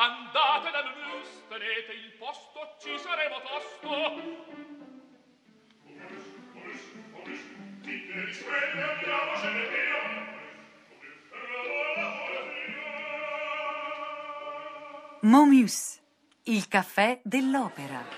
andate da Momus, tenete il posto, ci saremo tosto. Momus, il caffè dell'opera.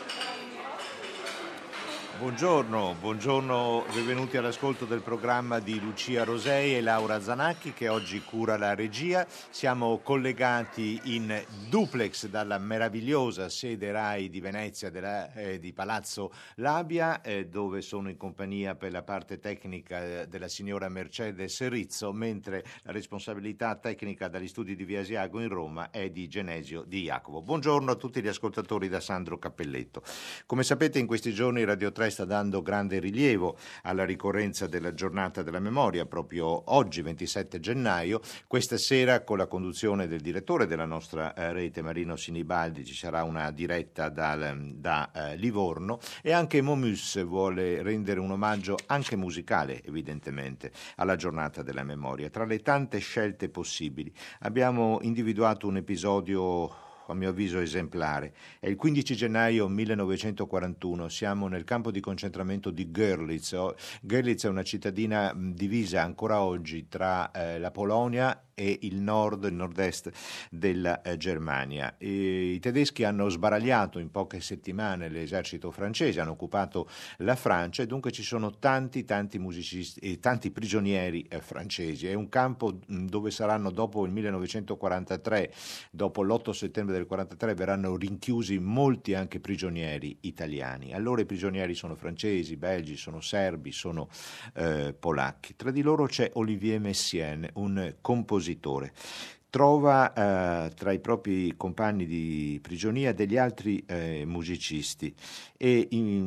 Buongiorno, benvenuti all'ascolto del programma di Lucia Rosei e Laura Zanacchi che oggi cura la regia. Siamo collegati in duplex dalla meravigliosa sede RAI di Venezia di Palazzo Labia, dove sono in compagnia per la parte tecnica della signora Mercedes Rizzo, mentre la responsabilità tecnica dagli studi di Via Asiago in Roma è di Genesio Di Jacopo. Buongiorno a tutti gli ascoltatori da Sandro Cappelletto. Come sapete, in questi giorni Radio 3 sta dando grande rilievo alla ricorrenza della giornata della memoria, proprio oggi 27 gennaio. Questa sera, con la conduzione del direttore della nostra rete Marino Sinibaldi, ci sarà una diretta da Livorno, e anche Momus vuole rendere un omaggio anche musicale, evidentemente, alla giornata della memoria. Tra le tante scelte possibili abbiamo individuato un episodio a mio avviso esemplare. È il 15 gennaio 1941, siamo nel campo di concentramento di Görlitz. Görlitz è una cittadina divisa ancora oggi tra la Polonia e il nord-est della Germania. I tedeschi hanno sbaragliato in poche settimane l'esercito francese, hanno occupato la Francia, e dunque ci sono tanti musicisti e tanti prigionieri francesi. È un campo dove saranno, dopo il 1943, dopo l'8 settembre del 43, verranno rinchiusi molti anche prigionieri italiani. Allora i prigionieri sono francesi, belgi, sono serbi, sono polacchi. Tra di loro c'è Olivier Messiaen, un compositore. Trova tra i propri compagni di prigionia degli altri musicisti e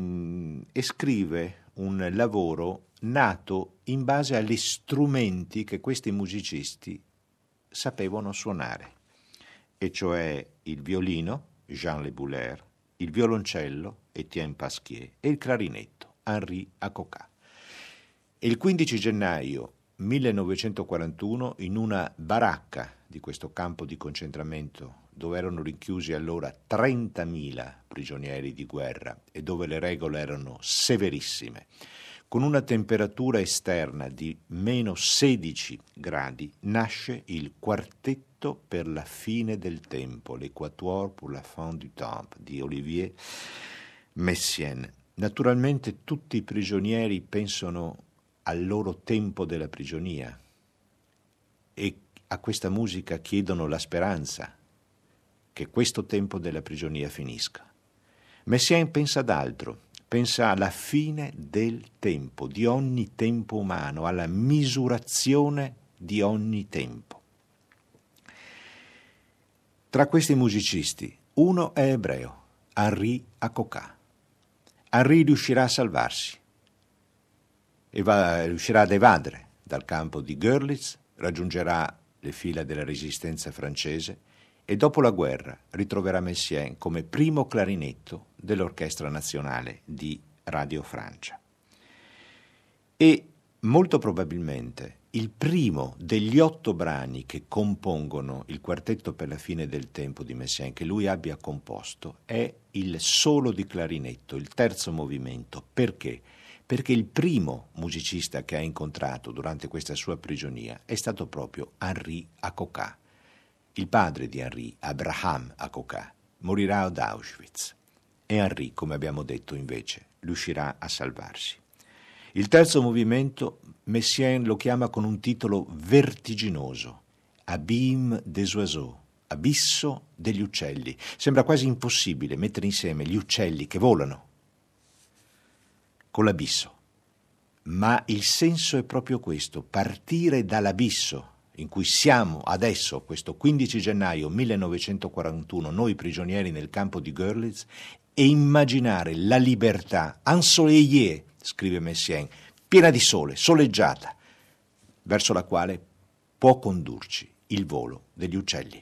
scrive un lavoro nato in base agli strumenti che questi musicisti sapevano suonare, e cioè il violino, Jean Le Boulaire, il violoncello, Etienne Pasquier, e il clarinetto, Henri Acoca. E il 15 gennaio 1941, in una baracca di questo campo di concentramento, dove erano rinchiusi allora 30.000 prigionieri di guerra e dove le regole erano severissime, con una temperatura esterna di meno 16 gradi, nasce il Quartetto per la fine del tempo, l'Équatoire pour la fin du temps, di Olivier Messiaen. Naturalmente tutti i prigionieri pensano al loro tempo della prigionia e a questa musica chiedono la speranza che questo tempo della prigionia finisca. Messiaen pensa ad altro. Pensa alla fine del tempo, di ogni tempo umano, alla misurazione di ogni tempo. Tra questi musicisti, uno è ebreo, Henri Acoca. Henri riuscirà a salvarsi e riuscirà ad evadere dal campo di Görlitz, raggiungerà le fila della resistenza francese e dopo la guerra ritroverà Messiaen come primo clarinetto dell'Orchestra Nazionale di Radio Francia. E molto probabilmente il primo degli 8 brani che compongono il Quartetto per la fine del tempo di Messiaen, che lui abbia composto, è il solo di clarinetto, il terzo movimento. Perché? Perché il primo musicista che ha incontrato durante questa sua prigionia è stato proprio Henri Acoca. Il padre di Henri, Abraham Acoca, morirà ad Auschwitz e Henri, come abbiamo detto, invece, riuscirà a salvarsi. Il terzo movimento Messiaen lo chiama con un titolo vertiginoso, Abîme des oiseaux, abisso degli uccelli. Sembra quasi impossibile mettere insieme gli uccelli che volano con l'abisso, ma il senso è proprio questo: partire dall'abisso in cui siamo adesso, questo 15 gennaio 1941, noi prigionieri nel campo di Görlitz, e immaginare la libertà, ensoleillée, scrive Messiaen, piena di sole, soleggiata, verso la quale può condurci il volo degli uccelli.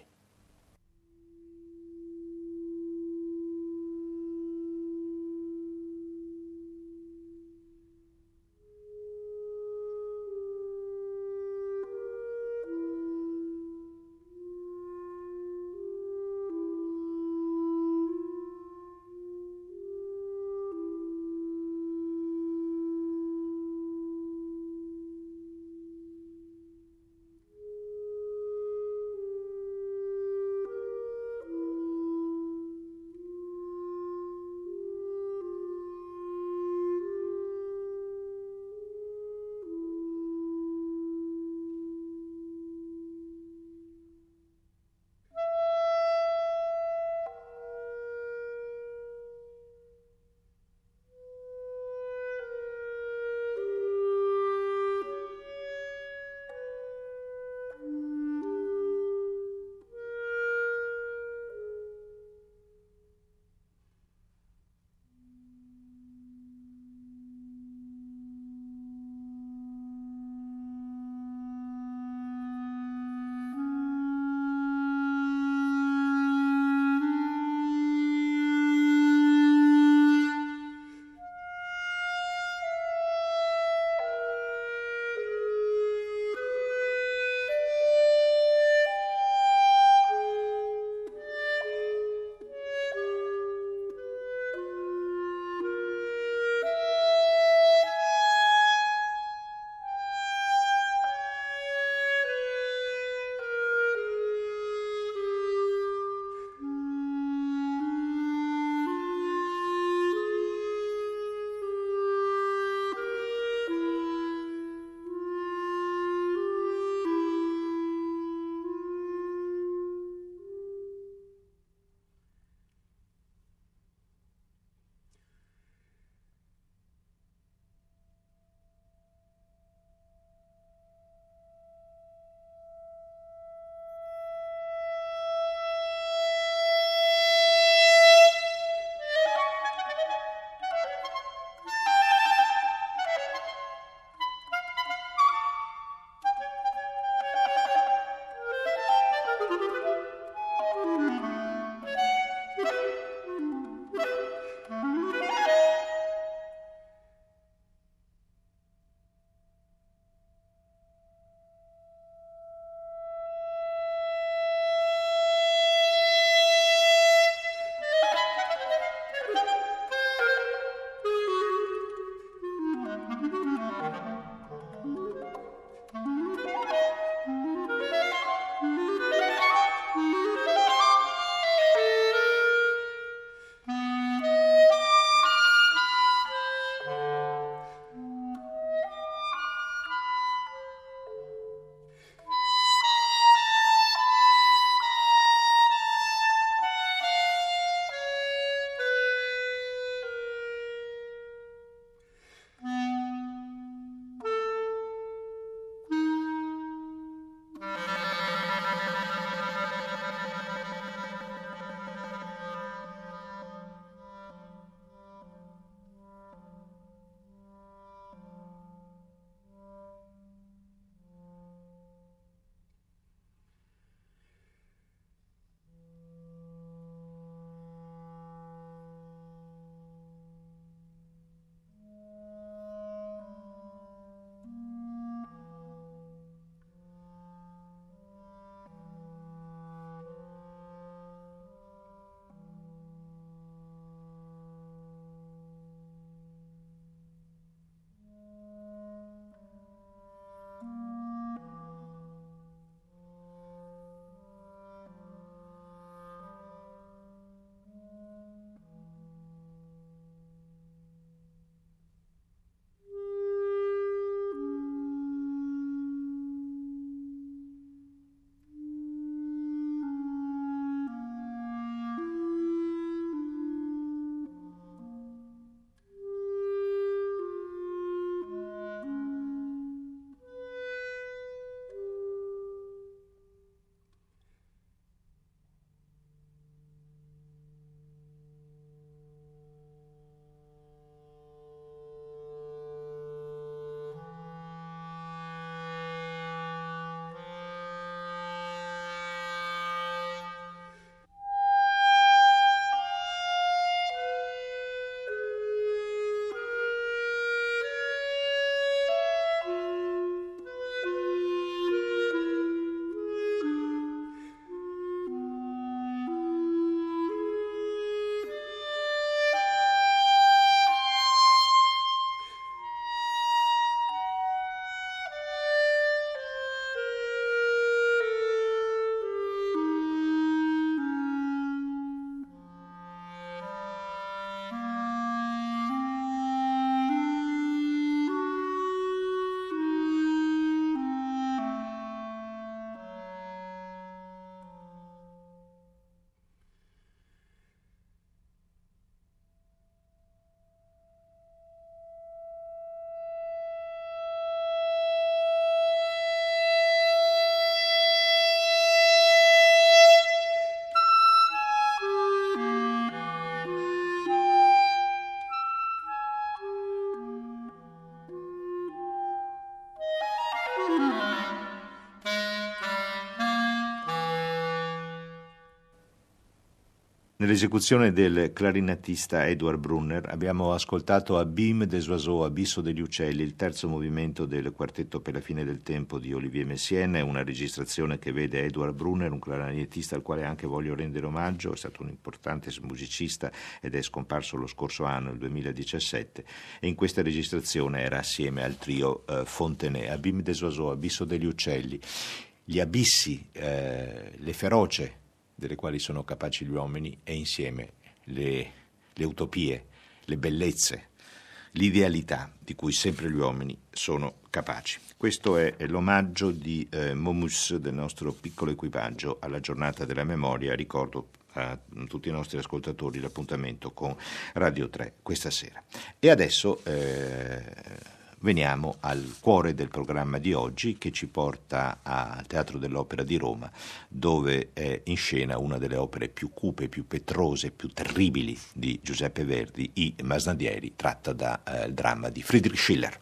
Nell'esecuzione del clarinettista Edward Brunner abbiamo ascoltato Abîme des oiseaux, Abisso degli uccelli, il terzo movimento del quartetto per la fine del tempo di Olivier Messiaen, una registrazione che vede Edward Brunner, un clarinettista al quale anche voglio rendere omaggio, è stato un importante musicista ed è scomparso lo scorso anno, il 2017, e in questa registrazione era assieme al trio Fontenay. Abîme des oiseaux, Abisso degli uccelli, gli abissi, le feroce delle quali sono capaci gli uomini, e insieme le utopie, le bellezze, l'idealità di cui sempre gli uomini sono capaci. Questo è l'omaggio di Momus, del nostro piccolo equipaggio, alla giornata della memoria. Ricordo a tutti i nostri ascoltatori l'appuntamento con Radio 3 questa sera. E adesso veniamo al cuore del programma di oggi, che ci porta al Teatro dell'Opera di Roma, dove è in scena una delle opere più cupe, più petrose, più terribili di Giuseppe Verdi, I Masnadieri, tratta dal dramma di Friedrich Schiller.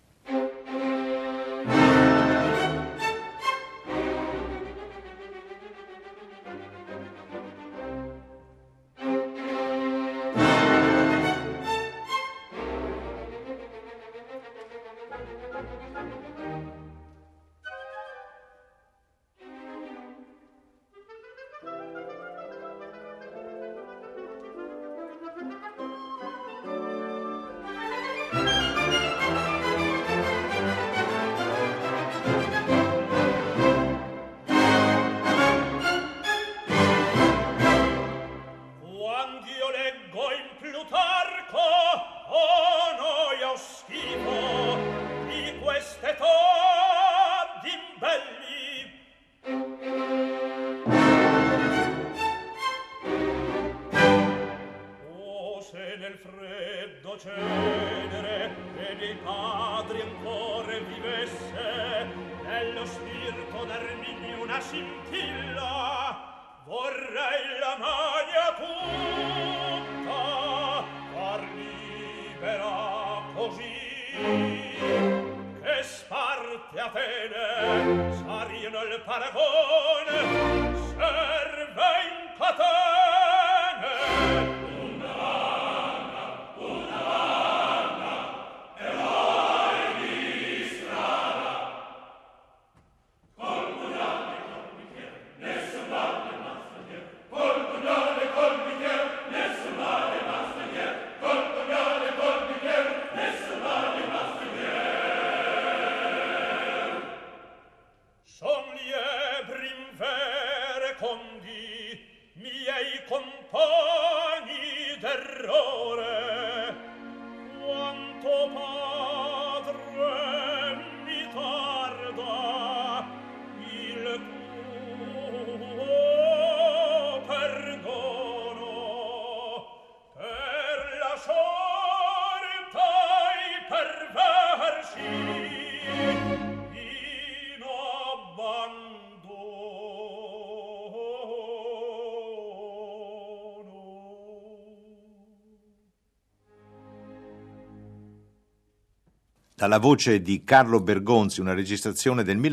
Dalla voce di Carlo Bergonzi, una registrazione del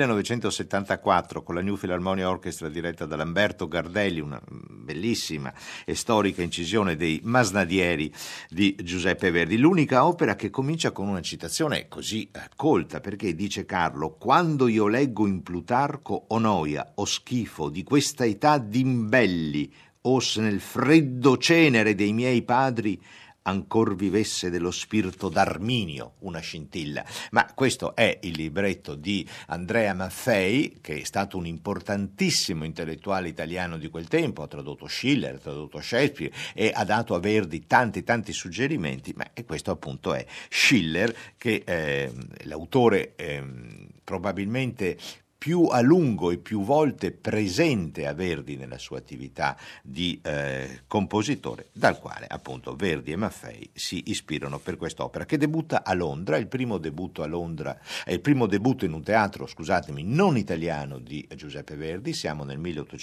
1974 con la New Philharmonia Orchestra diretta da Lamberto Gardelli, una bellissima e storica incisione dei Masnadieri di Giuseppe Verdi. L'unica opera che comincia con una citazione così colta, perché dice Carlo: «Quando io leggo in Plutarco ho noia, ho schifo di questa età d'imbelli, o se nel freddo cenere dei miei padri ancor vivesse dello spirito d'Arminio una scintilla». Ma questo è il libretto di Andrea Maffei, che è stato un importantissimo intellettuale italiano di quel tempo, ha tradotto Schiller, ha tradotto Shakespeare e ha dato a Verdi tanti suggerimenti, ma questo appunto è Schiller, che l'autore probabilmente più a lungo e più volte presente a Verdi nella sua attività di compositore, dal quale appunto Verdi e Maffei si ispirano per quest'opera, che debutta a Londra, il primo debutto a Londra, è il primo debutto in un teatro, non italiano, di Giuseppe Verdi. Siamo nel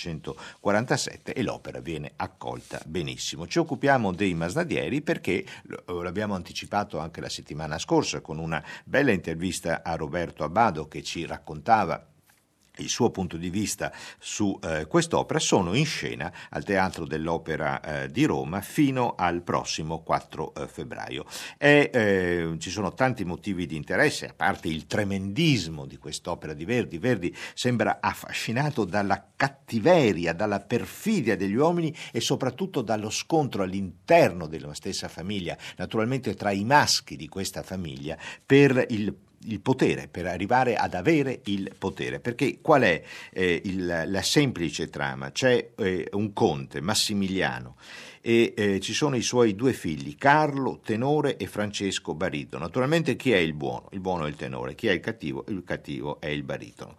1847 e l'opera viene accolta benissimo. Ci occupiamo dei Masnadieri perché l'abbiamo anticipato anche la settimana scorsa con una bella intervista a Roberto Abbado, che ci raccontava il suo punto di vista su quest'opera, sono in scena al Teatro dell'Opera di Roma fino al prossimo 4 febbraio. Ci sono tanti motivi di interesse, a parte il tremendismo di quest'opera di Verdi. Verdi sembra affascinato dalla cattiveria, dalla perfidia degli uomini e soprattutto dallo scontro all'interno della stessa famiglia, naturalmente tra i maschi di questa famiglia, per il potere, per arrivare ad avere il potere. Perché qual è la semplice trama? C'è un conte, Massimiliano, e ci sono i suoi 2 figli, Carlo, tenore, e Francesco, baritono. Naturalmente chi è il buono? Il buono è il tenore. Chi è il cattivo? Il cattivo è il baritono.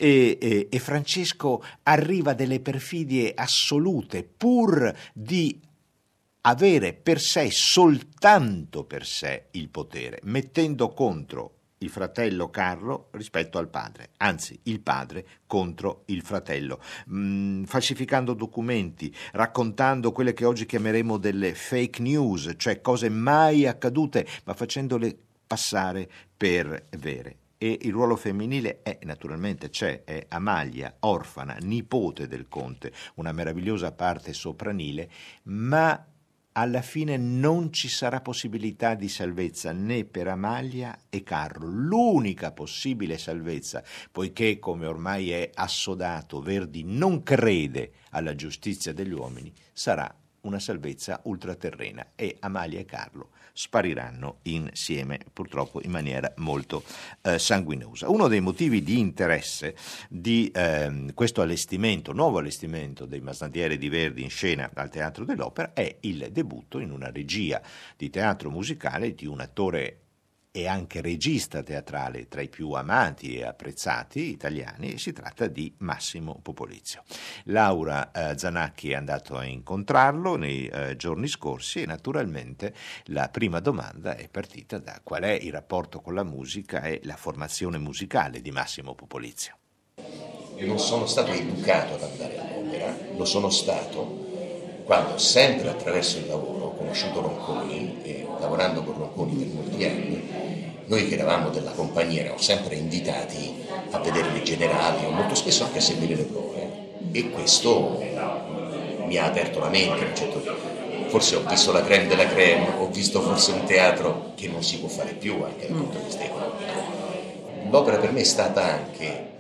E Francesco arriva a delle perfidie assolute, pur di avere per sé, soltanto per sé, il potere, mettendo contro il fratello Carlo rispetto al padre, anzi il padre contro il fratello, falsificando documenti, raccontando quelle che oggi chiameremo delle fake news, cioè cose mai accadute, ma facendole passare per vere. E il ruolo femminile naturalmente c'è, è Amalia, orfana, nipote del conte, una meravigliosa parte sopranile, ma alla fine non ci sarà possibilità di salvezza né per Amalia e Carlo. L'unica possibile salvezza, poiché, come ormai è assodato, Verdi non crede alla giustizia degli uomini, sarà una salvezza ultraterrena, e Amalia e Carlo spariranno insieme, purtroppo in maniera molto sanguinosa. Uno dei motivi di interesse di questo nuovo allestimento dei Masnadieri di Verdi in scena al Teatro dell'Opera è il debutto in una regia di teatro musicale di un attore e anche regista teatrale tra i più amati e apprezzati italiani, e si tratta di Massimo Popolizio. Laura Zanacchi è andato a incontrarlo nei giorni scorsi, e naturalmente la prima domanda è partita da qual è il rapporto con la musica e la formazione musicale di Massimo Popolizio. Io non sono stato educato ad andare all'opera, lo sono stato quando, sempre attraverso il lavoro, ho conosciuto Ronconi, e lavorando con Ronconi per molti anni, noi che eravamo della compagnia eravamo sempre invitati a vedere le generali o molto spesso anche a seguire le prove, e questo mi ha aperto la mente. Forse ho visto la crème della crème, ho visto forse un teatro che non si può fare più anche dal punto di vista economico. L'opera per me è stata anche,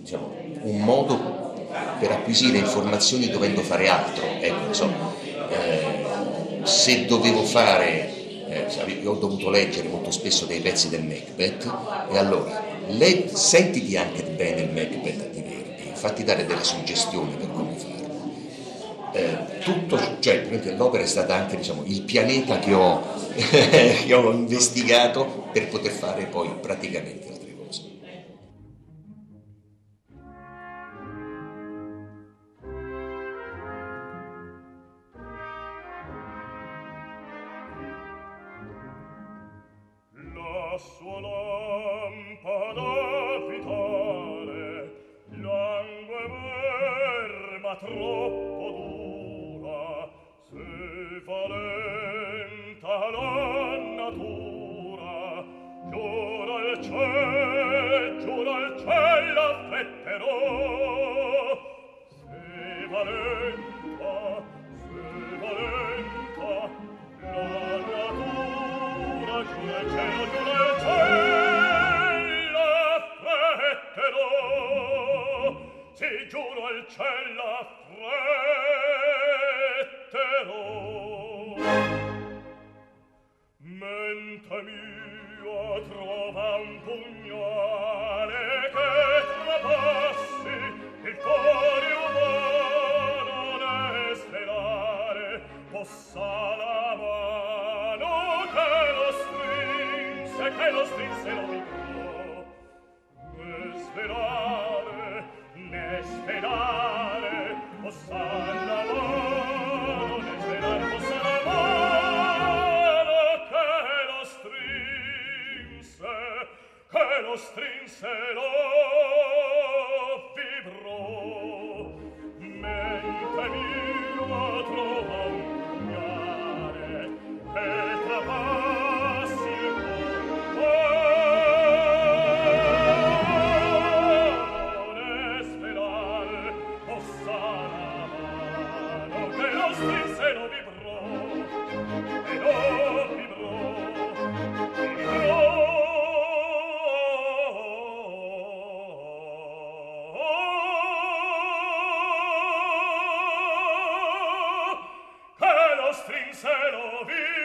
un modo per acquisire informazioni dovendo fare altro. Se dovevo fare, ho dovuto leggere molto spesso dei pezzi del Macbeth, e allora sentiti anche bene il Macbeth di Verdi, fatti dare delle suggestioni per come farlo. L'opera è stata anche il pianeta che ho, che ho investigato per poter fare poi praticamente altre cose. La sua lampada vitale langue verma troppo dura, se valenta la natura, giura al ciel l'affetterò, se valenta la natura, giura al ciel l'affetterò, se giuro al ciel l'affetterò. Mente mia trova un pugnale che trapassi il cuore umano, ne svelare possa la mano che lo strinse lo vibrò. Ne svelare possa la mano, ne svelare possa la mano che lo strinse lo vibrò. Mente mia trova un pugnale che trapassi il cuore cielo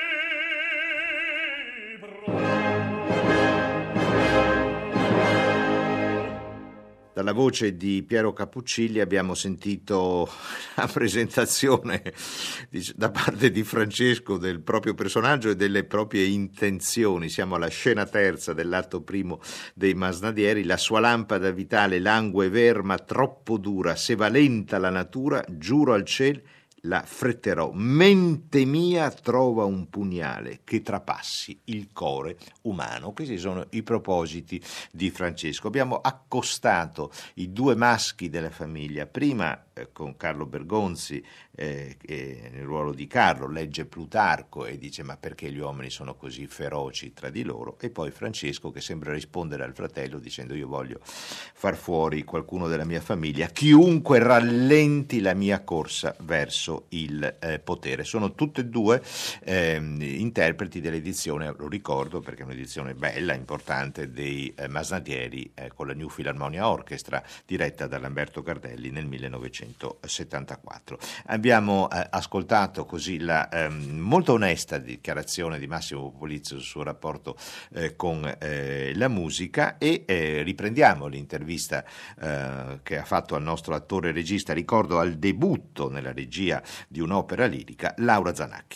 Dalla voce di Piero Cappuccilli abbiamo sentito la presentazione da parte di Francesco del proprio personaggio e delle proprie intenzioni. Siamo alla scena terza dell'atto primo dei Masnadieri. La sua lampada vitale langue verma troppo dura, se valenta la natura, giuro al cielo la fretterò. Mente mia trova un pugnale che trapassi il core umano. Questi sono i propositi di Francesco. Abbiamo accostato i due maschi della famiglia, prima con Carlo Bergonzi, che nel ruolo di Carlo legge Plutarco e dice: ma perché gli uomini sono così feroci tra di loro? E poi Francesco che sembra rispondere al fratello dicendo: io voglio far fuori qualcuno della mia famiglia, chiunque rallenti la mia corsa verso il potere. Sono tutte e due interpreti dell'edizione, lo ricordo perché è un'edizione bella, importante, dei Masnadieri con la New Philharmonia Orchestra diretta da Lamberto Cardelli nel 1974. Abbiamo ascoltato così la molto onesta dichiarazione di Massimo Popolizio sul suo rapporto con la musica e riprendiamo l'intervista che ha fatto al nostro attore regista, ricordo al debutto nella regia di un'opera lirica, Laura Zanacchi.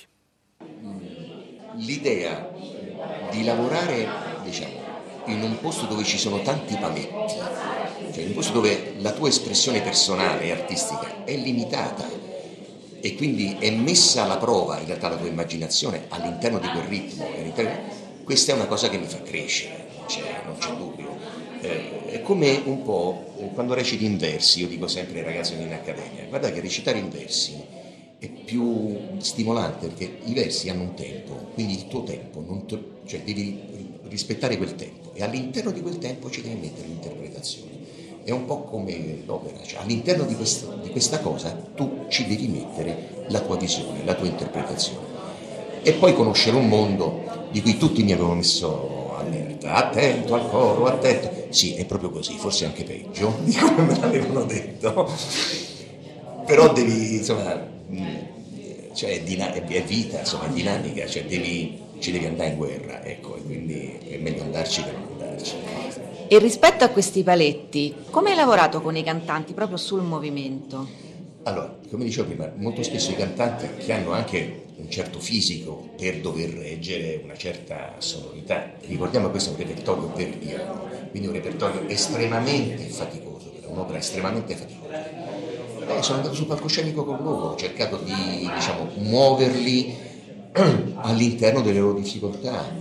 L'idea di lavorare, in un posto dove ci sono tanti paletti, cioè in un posto dove la tua espressione personale e artistica è limitata e quindi è messa alla prova in realtà la tua immaginazione all'interno di quel ritmo, questa è una cosa che mi fa crescere, non c'è dubbio. È come un po' quando reciti in versi. Io dico sempre ai ragazzi in accademia: guarda che recitare in versi è più stimolante perché i versi hanno un tempo, quindi il tuo tempo devi rispettare quel tempo e all'interno di quel tempo ci devi mettere l'interpretazione. È un po' come l'opera, all'interno di questa cosa tu ci devi mettere la tua visione, la tua interpretazione e poi conoscere un mondo di cui tutti mi avevano messo allerta: attento al coro, attento. Sì, è proprio così, forse anche peggio di come me l'avevano detto, però devi, è vita, è dinamica, ci devi andare in guerra, ecco, e quindi è meglio andarci che non andarci. E rispetto a questi paletti, come hai lavorato con i cantanti proprio sul movimento? Allora, come dicevo prima, molto spesso i cantanti che hanno anche un certo fisico per dover reggere una certa sonorità, ricordiamo questo è un repertorio per piano, quindi un repertorio estremamente faticoso, un'opera estremamente faticosa. Sono andato sul palcoscenico con loro, ho cercato di muoverli all'interno delle loro difficoltà,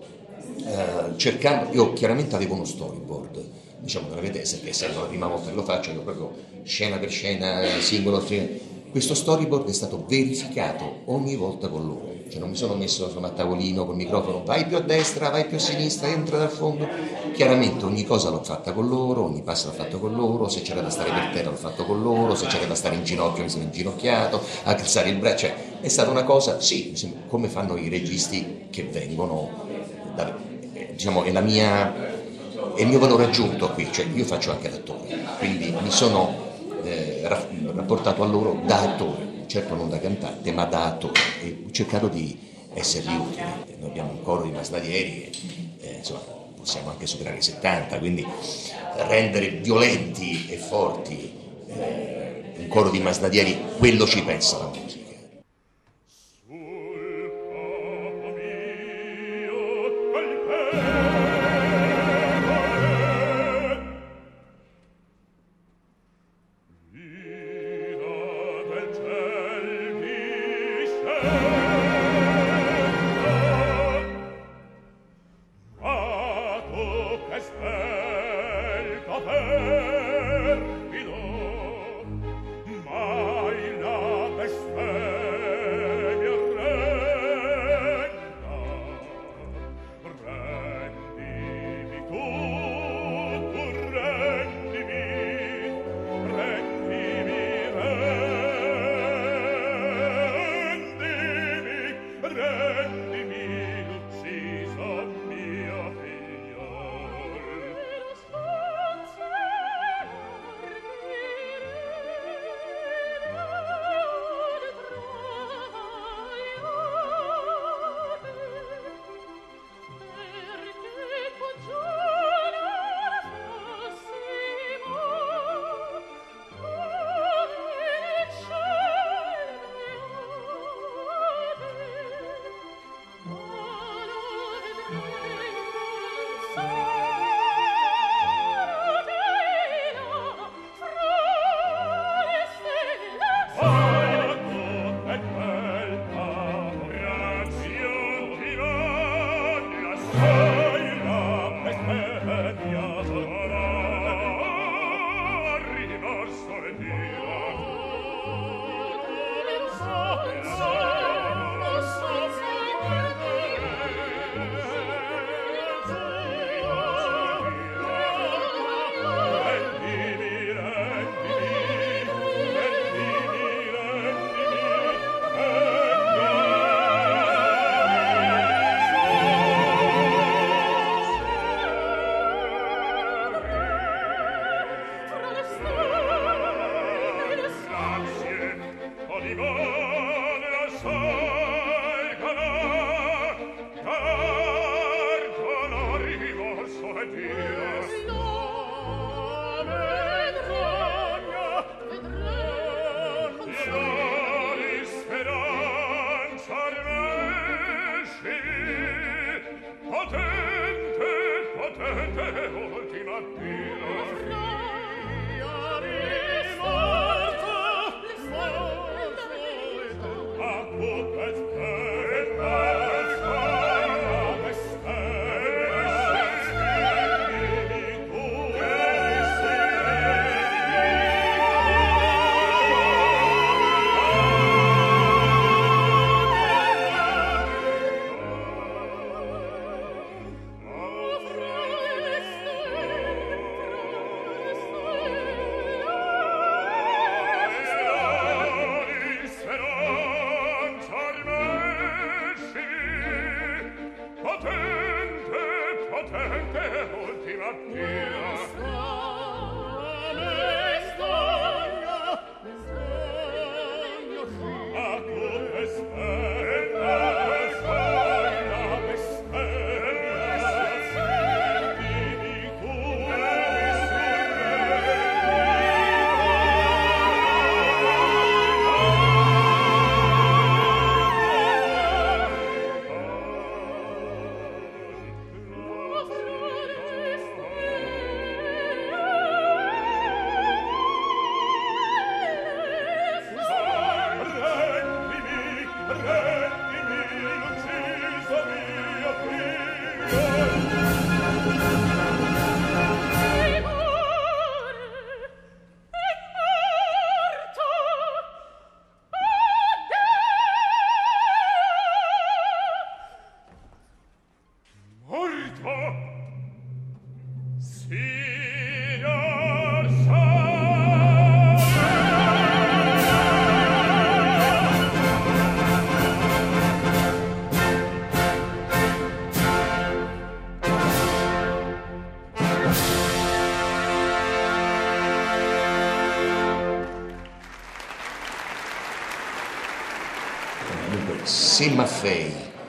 io chiaramente avevo uno storyboard, nella mia testa, che essendo la prima volta che lo faccio, io proprio scena per scena, singolo. Questo storyboard è stato verificato ogni volta con loro, non mi sono messo a tavolino col microfono: vai più a destra, vai più a sinistra, entra dal fondo. Chiaramente ogni cosa l'ho fatta con loro, ogni passo l'ho fatto con loro, se c'era da stare per terra l'ho fatto con loro, se c'era da stare in ginocchio mi sono inginocchiato, a alzare il braccio, è stata una cosa, sì, come fanno i registi che vengono è il mio valore aggiunto qui, io faccio anche l'attore, quindi mi sono rapportato a loro da attore, certo non da cantante, ma da attore, e ho cercato di essergli utile. Noi abbiamo un coro di Masnadieri e possiamo anche superare i 70, quindi rendere violenti e forti un coro di Masnadieri, quello ci pensa la musica. Se Maffei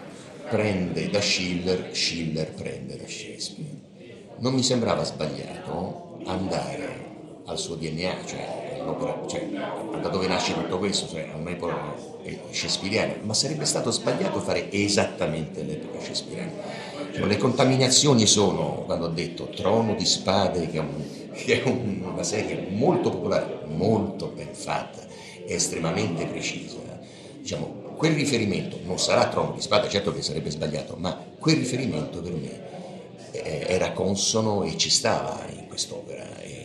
prende da Schiller, Schiller prende da Shakespeare. Non mi sembrava sbagliato andare al suo DNA, cioè all'opera, cioè da dove nasce tutto questo, cioè a un'epoca shakespeariana, ma sarebbe stato sbagliato fare esattamente l'epoca shakespeariana. Cioè, le contaminazioni sono, quando ho detto Trono di Spade, che è una serie molto popolare, molto ben fatta, estremamente precisa, diciamo, quel riferimento non sarà Trono di Spade, certo che sarebbe sbagliato, ma quel riferimento per me era consono e ci stava in quest'opera,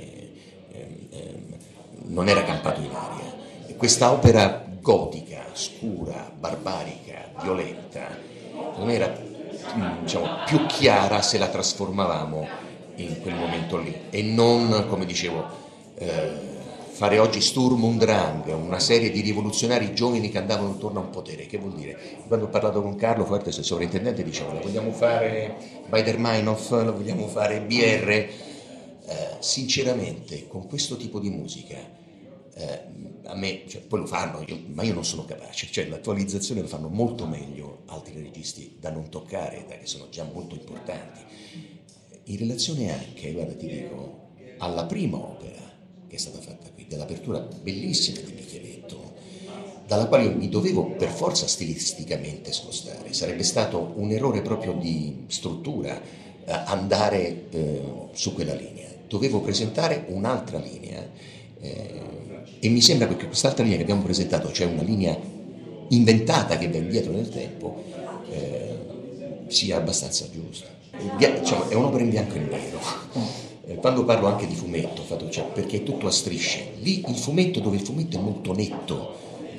non era campato in aria. E questa opera gotica, scura, barbarica, violenta, non era, diciamo, più chiara se la trasformavamo in quel momento lì e non, come dicevo, fare oggi Sturm und Drang, una serie di rivoluzionari giovani che andavano intorno a un potere. Che vuol dire? Quando ho parlato con Carlo Fuertes, il sovrintendente, diceva: la vogliamo fare Beider-Meinhof, la vogliamo fare BR? Sinceramente, con questo tipo di musica, a me, cioè, poi lo fanno, ma io non sono capace, cioè l'attualizzazione lo fanno molto meglio altri registi da non toccare, che sono già molto importanti. In relazione anche, guarda, ti dico, alla prima opera che è stata fatta qui, dell'apertura bellissima di Micheletto, dalla quale io mi dovevo per forza stilisticamente spostare. Sarebbe stato un errore proprio di struttura andare su quella linea. Dovevo presentare un'altra linea e mi sembra che quest'altra linea che abbiamo presentato, cioè una linea inventata che va indietro nel tempo, sia abbastanza giusta. Diciamo, è un'opera in bianco e nero. Quando parlo anche di fumetto, cioè, perché è tutto a strisce, lì il fumetto, dove il fumetto è molto netto,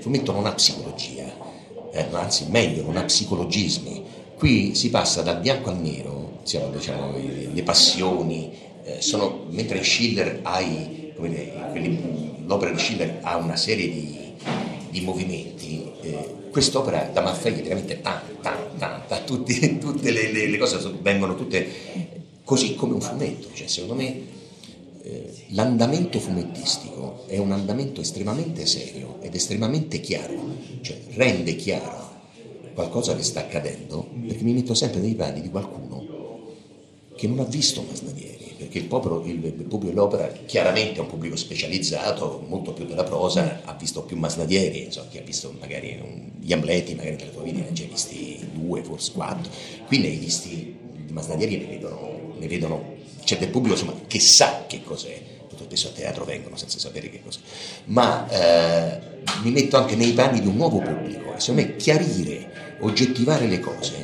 Il fumetto non ha psicologia, anzi meglio, non ha psicologismi. Qui si passa dal bianco al nero, diciamo, le passioni, mentre Schiller l'opera di Schiller ha una serie di movimenti, quest'opera da Maffei è veramente tanta, tutte le cose vengono tutte così come un fumetto, cioè secondo me l'andamento fumettistico è un andamento estremamente serio ed estremamente chiaro, cioè rende chiaro qualcosa che sta accadendo, perché mi metto sempre nei panni di qualcuno che non ha visto Masnadieri, perché il pubblico dell'opera chiaramente è un pubblico specializzato, molto più della prosa, ha visto più Masnadieri, chi ha visto magari gli Amleti, magari nella tua vita ne ha già visti 2, forse 4, qui ne hai visti di Masnadieri, ne vedono, c'è del pubblico insomma che sa che cos'è, tutto spesso a teatro vengono senza sapere che cos'è, ma mi metto anche nei panni di un nuovo pubblico, e secondo me chiarire, oggettivare le cose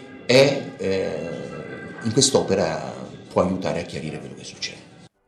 in quest'opera può aiutare a chiarire quello che succede.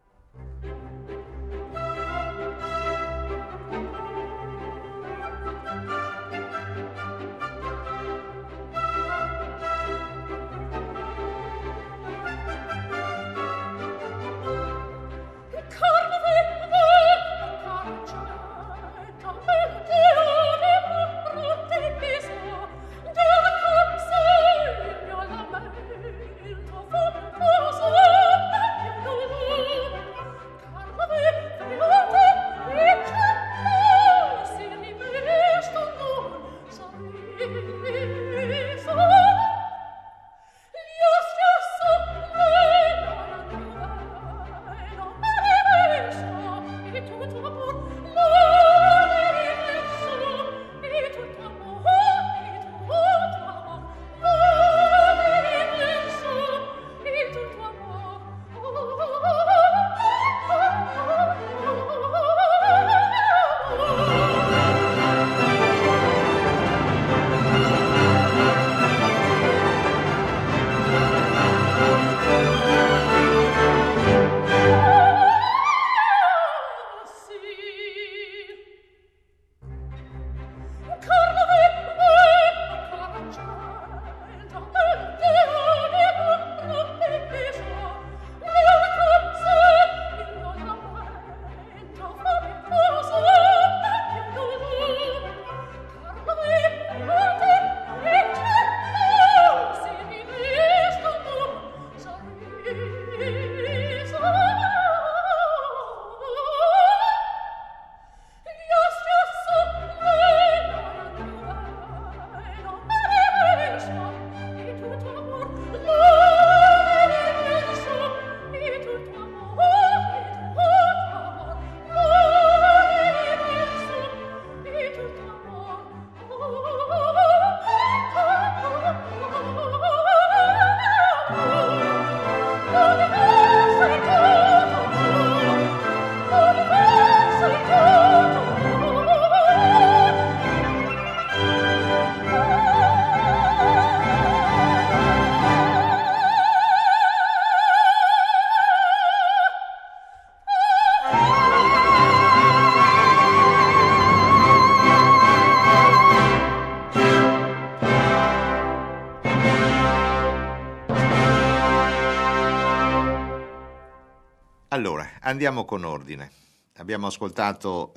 Allora, andiamo con ordine. Abbiamo ascoltato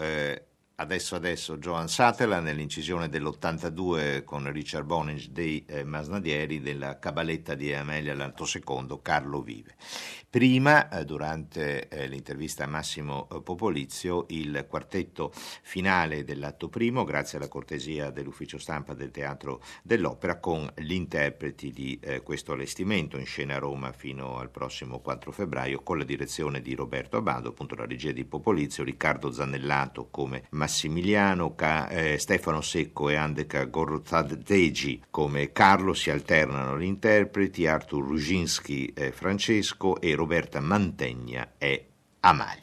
adesso Johann Sutherland nell'incisione dell'82 con Richard Boninge dei Masnadieri della cabaletta di Amelia l'Alto II, Carlo Vive. Prima, durante l'intervista a Massimo Popolizio, il quartetto finale dell'atto primo, grazie alla cortesia dell'ufficio stampa del Teatro dell'Opera, con gli interpreti di questo allestimento in scena a Roma fino al prossimo 4 febbraio, con la direzione di Roberto Abbado, appunto la regia di Popolizio, Riccardo Zannellato come Massimiliano, Stefano Secco e Andeka Gorotadegi come Carlo, si alternano gli interpreti, Artur Ruginski Francesco e Roberta Mantegna è Amalia.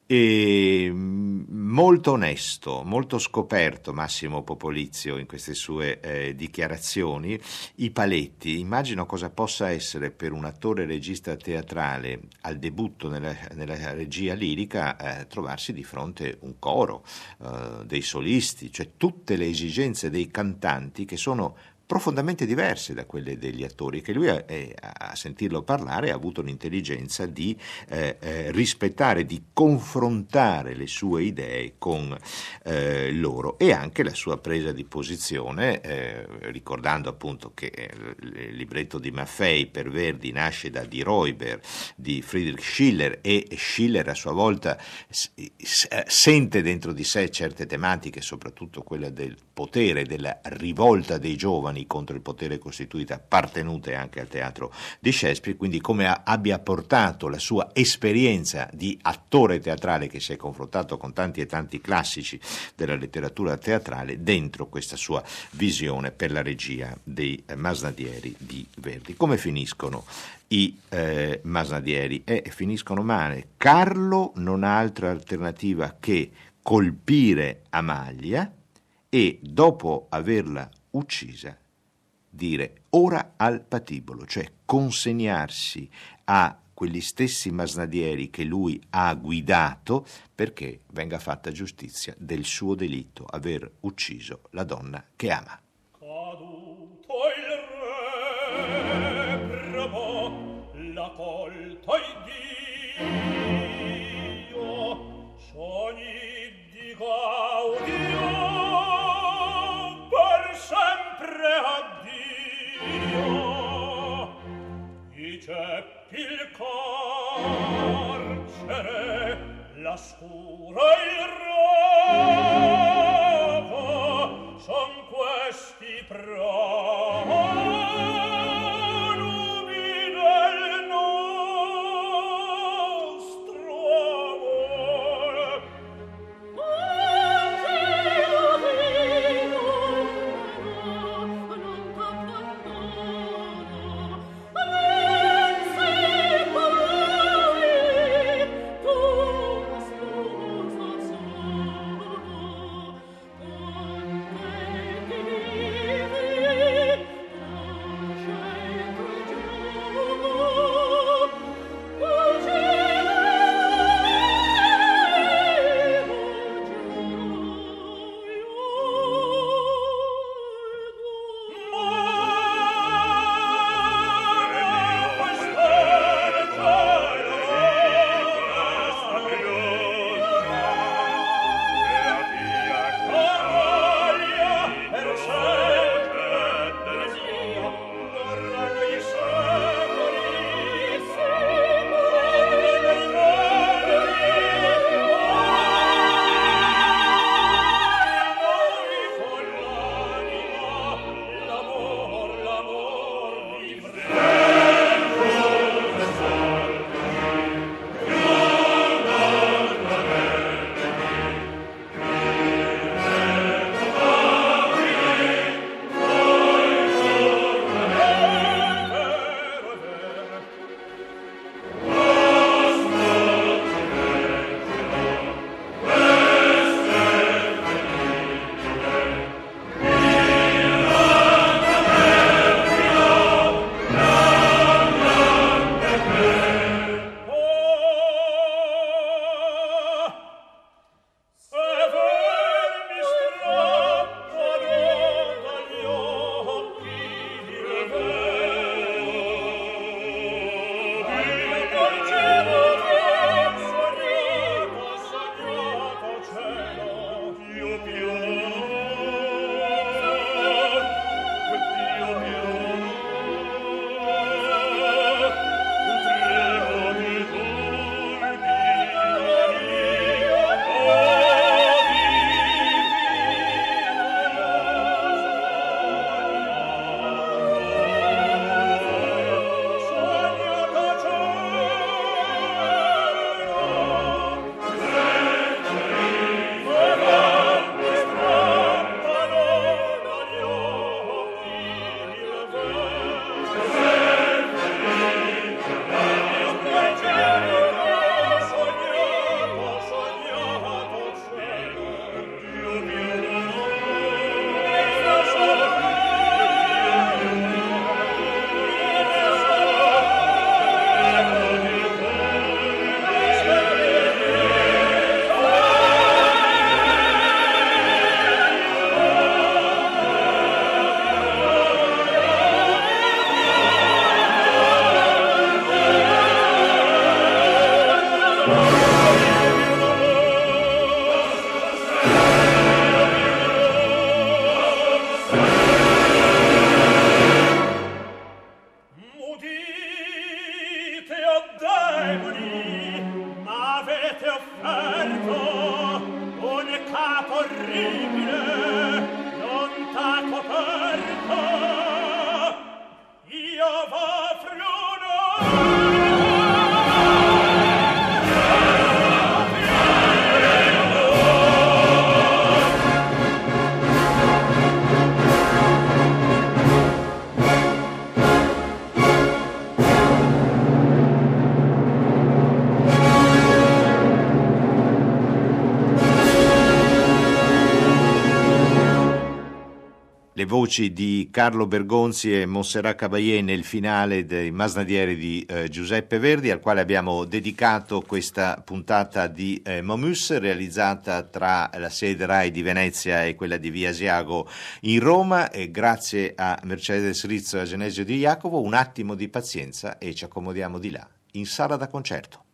E molto onesto, molto scoperto Massimo Popolizio in queste sue dichiarazioni. I paletti, immagino cosa possa essere per un attore regista teatrale al debutto nella regia lirica trovarsi di fronte un coro, dei solisti, cioè tutte le esigenze dei cantanti che sono profondamente diverse da quelle degli attori, che lui a sentirlo parlare ha avuto l'intelligenza di rispettare, di confrontare le sue idee con loro, e anche la sua presa di posizione, ricordando appunto che il libretto di Maffei per Verdi nasce da Die Räuber di Friedrich Schiller, e Schiller a sua volta sente dentro di sé certe tematiche, soprattutto quella del potere, della rivolta dei giovani contro il potere costituito, appartenute anche al teatro di Shakespeare, quindi come abbia portato la sua esperienza di attore teatrale, che si è confrontato con tanti e tanti classici della letteratura teatrale, dentro questa sua visione per la regia dei Masnadieri di Verdi. Come finiscono i Masnadieri? Finiscono male. Carlo non ha altra alternativa che colpire Amalia e, dopo averla uccisa, dire ora al patibolo, cioè consegnarsi a quegli stessi masnadieri che lui ha guidato, perché venga fatta giustizia del suo delitto, aver ucciso la donna che ama. Caduto il re, bramò la colta Iddio, sogni di Gaudio per sempre addio. I ceppi, il carcere, la scura, il rogo, son questi pronumi del nostro amor. voci di Carlo Bergonzi e Montserrat Caballé nel finale dei Masnadieri di Giuseppe Verdi, al quale abbiamo dedicato questa puntata di Momus, realizzata tra la sede RAI di Venezia e quella di Via Asiago in Roma, e grazie a Mercedes Rizzo e a Genesio Di Jacopo. Un attimo di pazienza e ci accomodiamo di là, in sala da concerto.